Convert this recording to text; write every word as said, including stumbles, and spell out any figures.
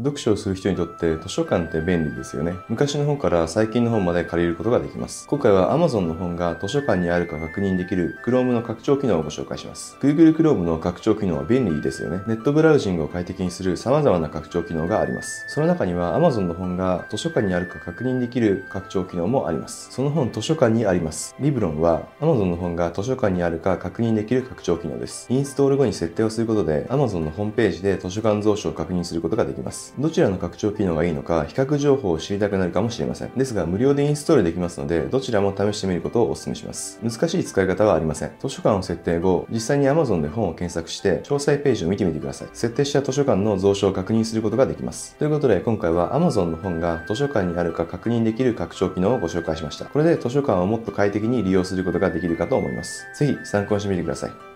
読書をする人にとって図書館って便利ですよね。昔の本から最近の本まで借りることができます。今回は Amazon の本が図書館にあるか確認できる Chrome の拡張機能をご紹介します。Google Chrome の拡張機能は便利ですよね。ネットブラウジングを快適にする様々な拡張機能があります。その中には Amazon の本が図書館にあるか確認できる拡張機能もあります。その本図書館にあります。リブロンは Amazon の本が図書館にあるか確認できる拡張機能です。インストール後に設定をすることで Amazon のホームページで図書館蔵書を確認することができます。どちらの拡張機能がいいのか比較情報を知りたくなるかもしれません。ですが無料でインストールできますのでどちらも試してみることをお勧めします。難しい使い方はありません。図書館を設定後、実際に Amazon で本を検索して詳細ページを見てみてください。設定した図書館の蔵書を確認することができます。ということで今回は Amazon の本が図書館にあるか確認できる拡張機能をご紹介しました。これで図書館をもっと快適に利用することができるかと思います。ぜひ参考にしてみてください。